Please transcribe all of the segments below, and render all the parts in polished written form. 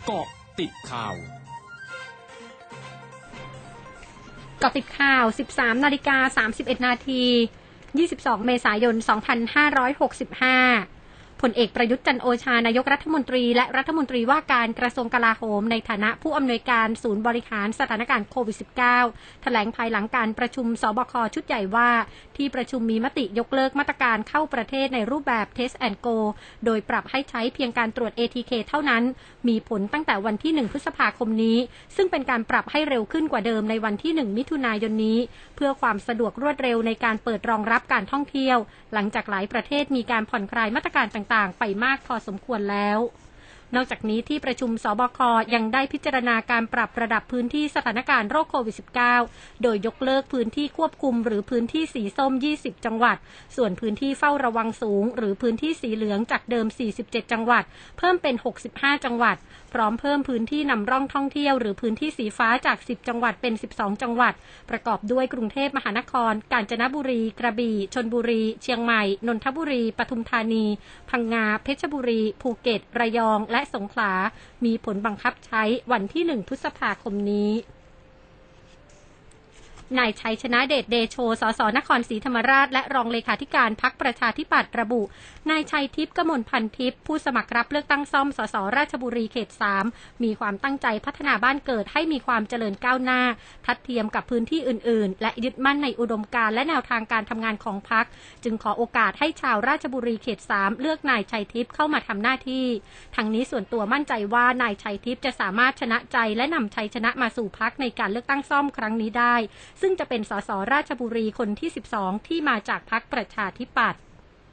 เกาะติดข่าวเกาะติดข่าว 13:31 นาที 22 เมษายน 2565พลเอกประยุทธ์จันทร์โอชานายกรัฐมนตรีและรัฐมนตรีว่าการกระทรวงกลาโหมในฐานะผู้อำนวยการศูนย์บริหารสถานการณ์โควิด -19 แถลงภายหลังการประชุมสบคชุดใหญ่ว่าที่ประชุมมีมติยกเลิกมาตรการเข้าประเทศในรูปแบบ Test and Go โดยปรับให้ใช้เพียงการตรวจ ATK เท่านั้นมีผลตั้งแต่วันที่ 1 พฤษภาคมนี้ซึ่งเป็นการปรับให้เร็วขึ้นกว่าเดิมในวันที่ 1 มิถุนายนนี้เพื่อความสะดวกรวดเร็วในการเปิดรองรับการท่องเที่ยวหลังจากหลายประเทศมีการผ่อนคลายมาตรการต่างๆไปมากพอสมควรแล้วนอกจากนี้ที่ประชุมสบคยังได้พิจารณาการปรับระดับพื้นที่สถานการณ์โรคโควิด -19 โดยยกเลิกพื้นที่ควบคุมหรือพื้นที่สีส้ม20จังหวัดส่วนพื้นที่เฝ้าระวังสูงหรือพื้นที่สีเหลืองจากเดิม47จังหวัดเพิ่มเป็น65จังหวัดพร้อมเพิ่มพื้นที่นำร่องท่องเที่ยวหรือพื้นที่สีฟ้าจาก10จังหวัดเป็น12จังหวัดประกอบด้วยกรุงเทพมหานครกาญจนบุรีกระบี่ชลบุรีเชียงใหม่นนทบุรีปทุมธานีพังงาเพชรบุรีภูเก็ตระยองและสงขลามีผลบังคับใช้วันที่1พฤษภาคมนี้นายชัยชนะเดชเดโช สส นครศรีธรรมราชและรองเลขาธิการพรรคประชาธิปัตย์ระบุนายชัยทิพย์กมลพันธ์ทิพย์ผู้สมัครรับเลือกตั้งซ่อมสส ราชบุรีเขต 3มีความตั้งใจพัฒนาบ้านเกิดให้มีความเจริญก้าวหน้าทัดเทียมกับพื้นที่อื่นๆและยึดมั่นในอุดมการณ์และแนวทางการทำงานของพรรคจึงขอโอกาสให้ชาวราชบุรีเขต 3เลือกนายชัยทิพย์เข้ามาทำหน้าที่ทั้งนี้ส่วนตัวมั่นใจว่านายชัยทิพย์จะสามารถชนะใจและนำชัยชนะมาสู่พรรคในการเลือกตั้งซ่อมครั้งนี้ได้ซึ่งจะเป็นสส ราชบุรีคนที่12ที่มาจากพรรคประชาธิปัตย์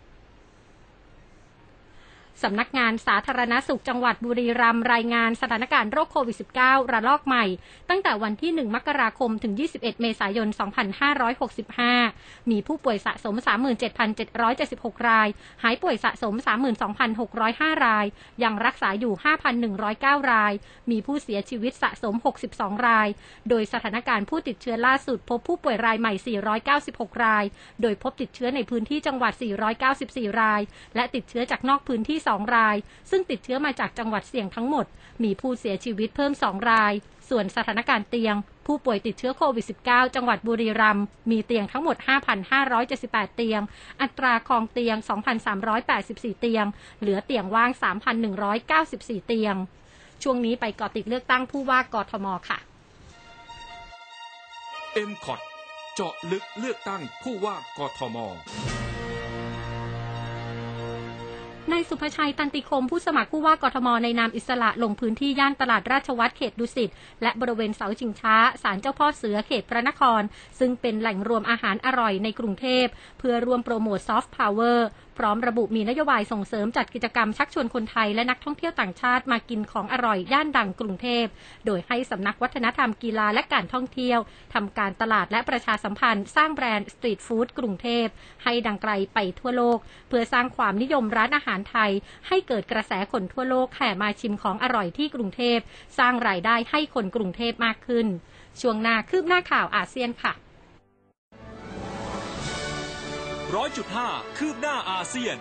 สำนักงานสาธารณสุขจังหวัดบุรีรัมย์รายงานสถานการณ์โรคโควิด -19 ระลอกใหม่ตั้งแต่วันที่1มกราคมถึง21เมษายน2565มีผู้ป่วยสะสม 37,776 รายหายป่วยสะสม 32,605 รายยังรักษาอยู่ 5,109 รายมีผู้เสียชีวิตสะสม62รายโดยสถานการณ์ผู้ติดเชื้อล่าสุดพบผู้ป่วยรายใหม่496รายโดยพบติดเชื้อในพื้นที่จังหวัด494รายและติดเชื้อจากนอกพื้นที่2รายซึ่งติดเชื้อมาจากจังหวัดเสี่ยงทั้งหมดมีผู้เสียชีวิตเพิ่ม2รายส่วนสถานการณ์เตียงผู้ป่วยติดเชื้อโควิด -19 จังหวัดบุรีรัมย์มีเตียงทั้งหมด 5,578 เตียงอัตราครองเตียง 2,384 เตียงเหลือเตียงว่าง 3,194 เตียงช่วงนี้ไปเกาะติดเลือกตั้งผู้ว่ากทมค่ะ MCOT เจาะลึกเลือกตั้งผู้ว่ากทมนายสุภชัยตันติคมผู้สมัครผู้ว่ากทมในนามอิสระลงพื้นที่ย่านตลาดราชวัฒน์เขตดุสิตและบริเวณเสาชิงช้าศาลเจ้าพ่อเสือเขตพระนครซึ่งเป็นแหล่งรวมอาหารอร่อยในกรุงเทพเพื่อรวมโปรโมทซอฟต์พาวเวอร์พร้อมระบุมีนโยบายส่งเสริมจัดกิจกรรมชักชวนคนไทยและนักท่องเที่ยวต่างชาติมากินของอร่อยย่านดังกรุงเทพโดยให้สำนักวัฒนธรรมกีฬาและการท่องเที่ยวทำการตลาดและประชาสัมพันธ์สร้างแบรนด์สตรีทฟู้ดกรุงเทพให้ดังไกลไปทั่วโลกเพื่อสร้างความนิยมร้านอาหารไทยให้เกิดกระแสคนทั่วโลกแห่มาชิมของอร่อยที่กรุงเทพสร้างรายได้ให้คนกรุงเทพมากขึ้นช่วงหน้าคืบหน้าข่าวอาเซียนค่ะ 100.5 คืบหน้าอาเซียน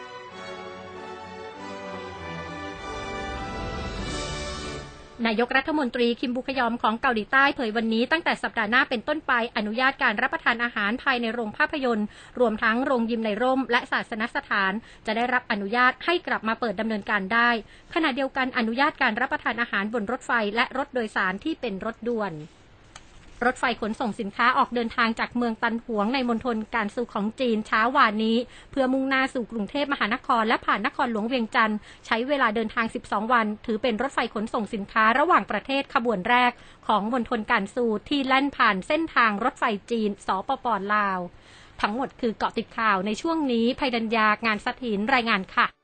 นายกรัฐมนตรีคิมบุคยอมของเกาหลีใต้เผยวันนี้ตั้งแต่สัปดาห์หน้าเป็นต้นไปอนุญาตการรับประทานอาหารภายในโรงภาพยนตร์รวมทั้งโรงยิมในร่มและศาสนสถานจะได้รับอนุญาตให้กลับมาเปิดดำเนินการได้ขณะเดียวกันอนุญาตการรับประทานอาหารบนรถไฟและรถโดยสารที่เป็นรถด่วนรถไฟขนส่งสินค้าออกเดินทางจากเมืองตันหวงในมณฑลการซูของจีนเช้าวานนี้เพื่อมุ่งหน้าสู่กรุงเทพมหานครและผ่านนครหลวงเวียงจันทร์ใช้เวลาเดินทาง12วันถือเป็นรถไฟขนส่งสินค้าระหว่างประเทศขบวนแรกของมณฑลการซูที่แล่นผ่านเส้นทางรถไฟจีนสปป.ลาวทั้งหมดคือเกาะติดข่าวในช่วงนี้ภัยดัญญางานสถินรายงานค่ะ